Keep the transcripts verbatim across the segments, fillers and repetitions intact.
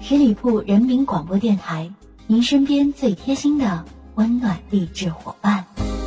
十里铺人民广播电台，您身边最贴心的温暖励志伙伴。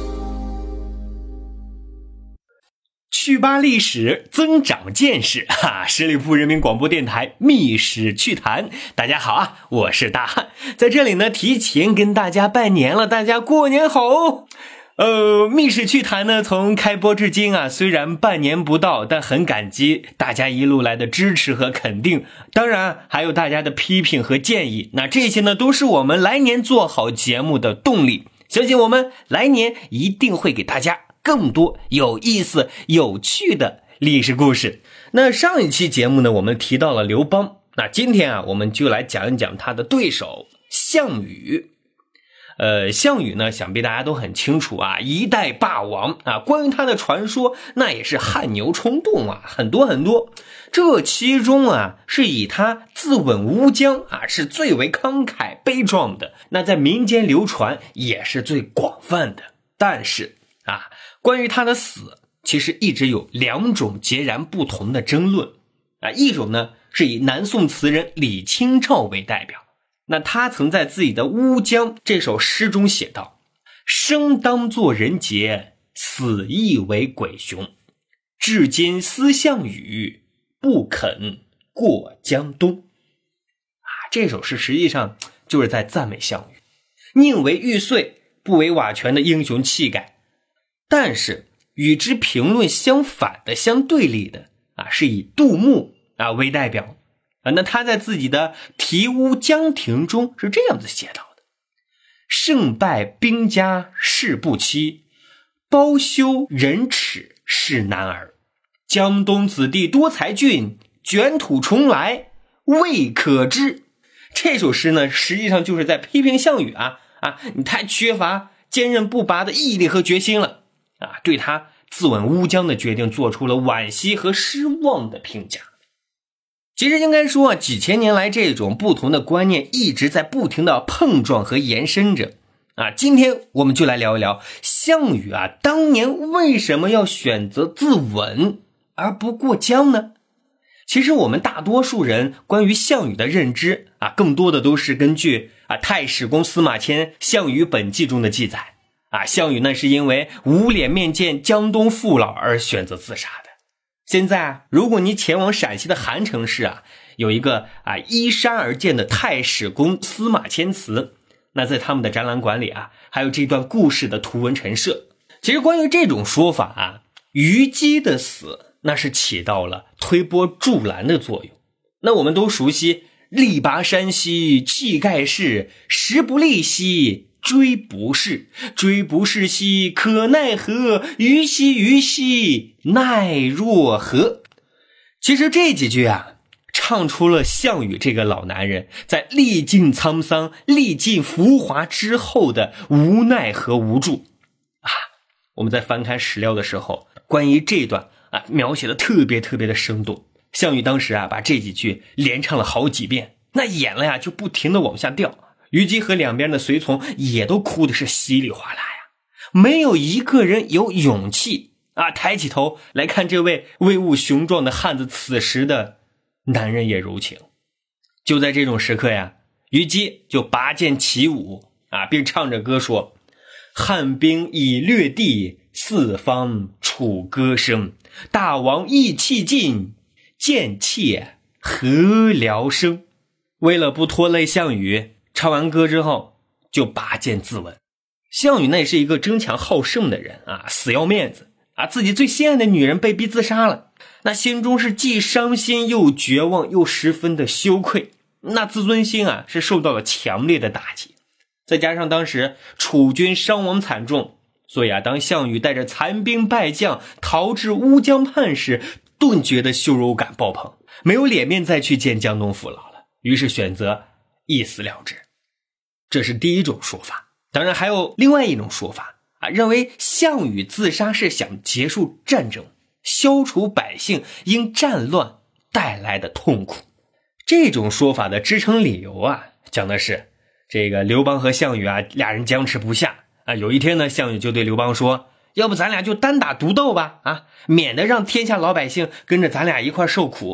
趣扒历史，增长见识，哈！十里铺人民广播电台密史趣谈，大家好啊，我是大汉，在这里呢，提前跟大家拜年了，大家过年好。呃，密史趣谈呢，从开播至今啊，虽然半年不到，但很感激大家一路来的支持和肯定，当然还有大家的批评和建议，那这些呢，都是我们来年做好节目的动力。相信我们来年一定会给大家更多有意思、有趣的历史故事。那上一期节目呢，我们提到了刘邦，那今天啊，我们就来讲一讲他的对手项羽。呃，项羽呢，想必大家都很清楚啊，一代霸王啊，关于他的传说，那也是汗牛充栋啊，很多很多。这其中啊，是以他自刎乌江啊，是最为慷慨悲壮的，那在民间流传也是最广泛的。但是啊，关于他的死，其实一直有两种截然不同的争论啊，一种呢是以南宋词人李清照为代表。那他曾在自己的《乌江》这首诗中写道：生当作人杰，死亦为鬼雄，至今思项羽，不肯过江东。啊，这首诗实际上就是在赞美项羽宁为玉碎不为瓦全的英雄气概。但是与之评论相反的、相对立的啊，是以杜牧啊为代表。啊，那他在自己的《题乌江亭》中是这样子写到的：胜败兵家事不期，包羞忍耻是男儿。江东子弟多才俊，卷土重来未可知。这首诗呢，实际上就是在批评项羽啊啊，你太缺乏坚韧不拔的毅力和决心了啊，对他自刎乌江的决定做出了惋惜和失望的评价。其实应该说啊，几千年来这种不同的观念一直在不停的碰撞和延伸着啊。今天我们就来聊一聊项羽啊，当年为什么要选择自刎而不过江呢？其实我们大多数人关于项羽的认知啊，更多的都是根据啊太史公司马迁《项羽本纪》中的记载啊，项羽呢是因为无脸面见江东父老而选择自杀的。现在啊，如果你前往陕西的韩城市啊，有一个啊依山而建的太史公司马迁祠，那在他们的展览馆里啊，还有这段故事的图文陈设。其实关于这种说法啊，虞姬的死那是起到了推波助澜的作用。那我们都熟悉力拔山兮气盖世，时不利兮追不逝，追不逝兮可奈何，虞兮虞兮奈若何。其实这几句啊，唱出了项羽这个老男人在历尽沧桑、历尽浮华之后的无奈和无助啊。我们在翻看史料的时候，关于这段啊描写的特别特别的生动。项羽当时啊把这几句连唱了好几遍，那眼泪啊就不停的往下掉。虞姬和两边的随从也都哭的是稀里哗啦呀，没有一个人有勇气啊抬起头来看这位威武雄壮的汉子此时的男人也柔情。就在这种时刻呀，虞姬就拔剑起舞啊，并唱着歌说：汉兵已掠地，四方楚歌声，大王意气尽，贱妾何聊生。为了不拖累项羽，唱完歌之后就拔剑自刎。项羽那是一个争强好胜的人啊，死要面子啊，自己最心爱的女人被逼自杀了，那心中是既伤心又绝望又十分的羞愧，那自尊心啊是受到了强烈的打击。再加上当时楚军伤亡惨重，所以啊，当项羽带着残兵败将逃至乌江畔时，顿觉得羞辱感爆棚，没有脸面再去见江东父老了，于是选择一死了之。这是第一种说法。当然还有另外一种说法啊，认为项羽自杀是想结束战争，消除百姓因战乱带来的痛苦。这种说法的支撑理由啊，讲的是这个刘邦和项羽啊，俩人僵持不下啊。有一天呢，项羽就对刘邦说：要不咱俩就单打独斗吧啊，免得让天下老百姓跟着咱俩一块受苦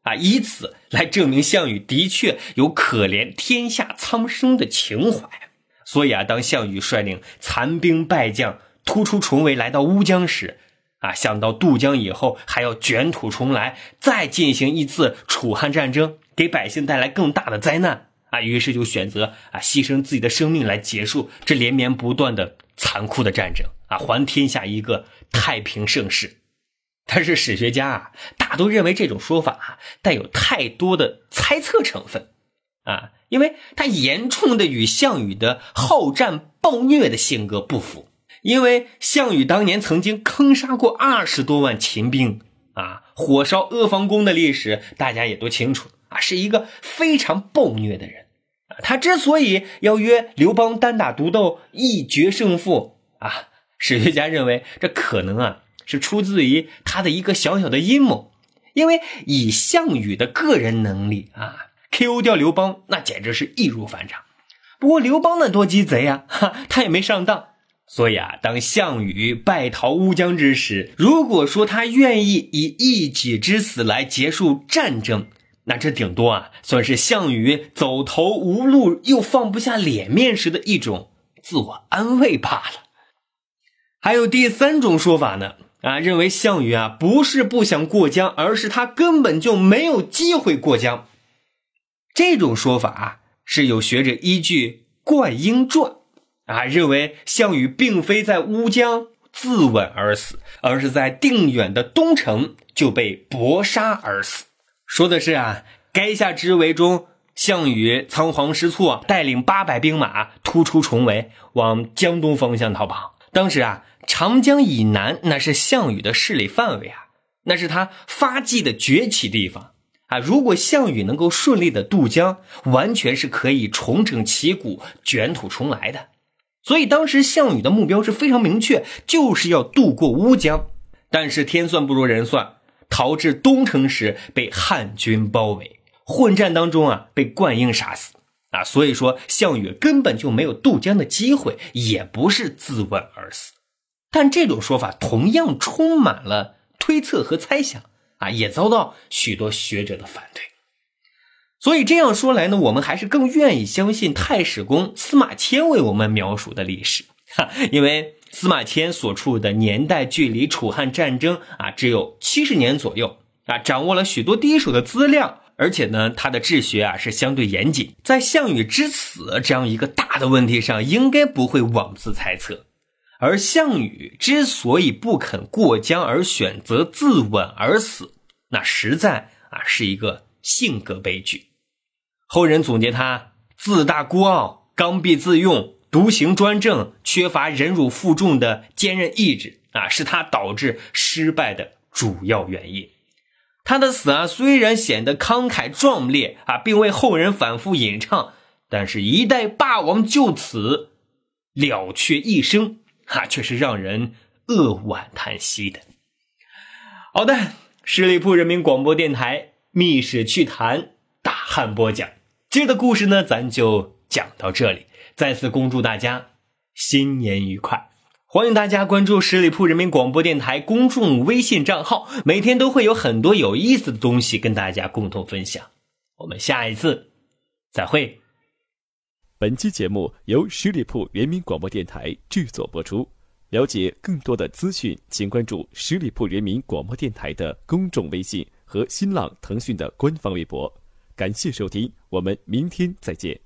啊，以此来证明项羽的确有可怜天下苍生的情怀。所以啊，当项羽率领残兵败将突出重围来到乌江时，啊，想到渡江以后还要卷土重来，再进行一次楚汉战争，给百姓带来更大的灾难啊，于是就选择啊牺牲自己的生命来结束这连绵不断的残酷的战争啊，还天下一个太平盛世。但是史学家啊，大都认为这种说法啊带有太多的猜测成分啊，因为它严重的与项羽的好战暴虐的性格不符。因为项羽当年曾经坑杀过二十多万秦兵啊，火烧阿房宫的历史大家也都清楚啊，是一个非常暴虐的人啊。他之所以要约刘邦单打独斗一决胜负啊，史学家认为这可能啊是出自于他的一个小小的阴谋。因为以项羽的个人能力啊 K O 掉刘邦那简直是易如反掌。不过刘邦那多鸡贼啊，哈，他也没上当。所以啊，当项羽败逃乌江之时，如果说他愿意以一己之死来结束战争，那这顶多啊算是项羽走投无路又放不下脸面时的一种自我安慰罢了。还有第三种说法呢，啊，认为项羽啊不是不想过江，而是他根本就没有机会过江。这种说法啊是有学者依据《灌婴传》啊，认为项羽并非在乌江自刎而死，而是在定远的东城就被搏杀而死。说的是啊，垓下之围中，项羽仓皇失措，带领八百兵马突出重围，往江东方向逃跑。当时啊，长江以南那是项羽的势力范围啊，那是他发迹的崛起地方啊。如果项羽能够顺利的渡江，完全是可以重整旗鼓，卷土重来的。所以当时项羽的目标是非常明确，就是要渡过乌江。但是天算不如人算，逃至东城时被汉军包围，混战当中啊被灌婴杀死啊。所以说项羽根本就没有渡江的机会，也不是自刎而死。但这种说法同样充满了推测和猜想啊，也遭到许多学者的反对。所以这样说来呢，我们还是更愿意相信太史公司马迁为我们描述的历史哈，因为司马迁所处的年代距离楚汉战争啊只有七十年左右啊，掌握了许多第一手的资料，而且呢他的治学啊是相对严谨，在项羽之死这样一个大的问题上应该不会妄自猜测。而项羽之所以不肯过江而选择自刎而死，那实在啊是一个性格悲剧。后人总结他自大孤傲、刚愎自用、独行专政、缺乏忍辱负重的坚韧意志啊，是他导致失败的主要原因。他的死啊虽然显得慷慨壮烈啊，并为后人反复吟唱，但是一代霸王就此了却一生啊，却是让人扼腕叹息的。好的，十里铺人民广播电台密史趣谈大汉播讲，今日的故事呢咱就讲到这里，再次恭祝大家新年愉快。欢迎大家关注十里铺人民广播电台公众微信账号，每天都会有很多有意思的东西跟大家共同分享。我们下一次再会。 本期节目由十里铺人民广播电台制作播出。了解更多的资讯，请关注十里铺人民广播电台的公众微信和新浪、腾讯的官方微博。感谢收听，我们明天再见。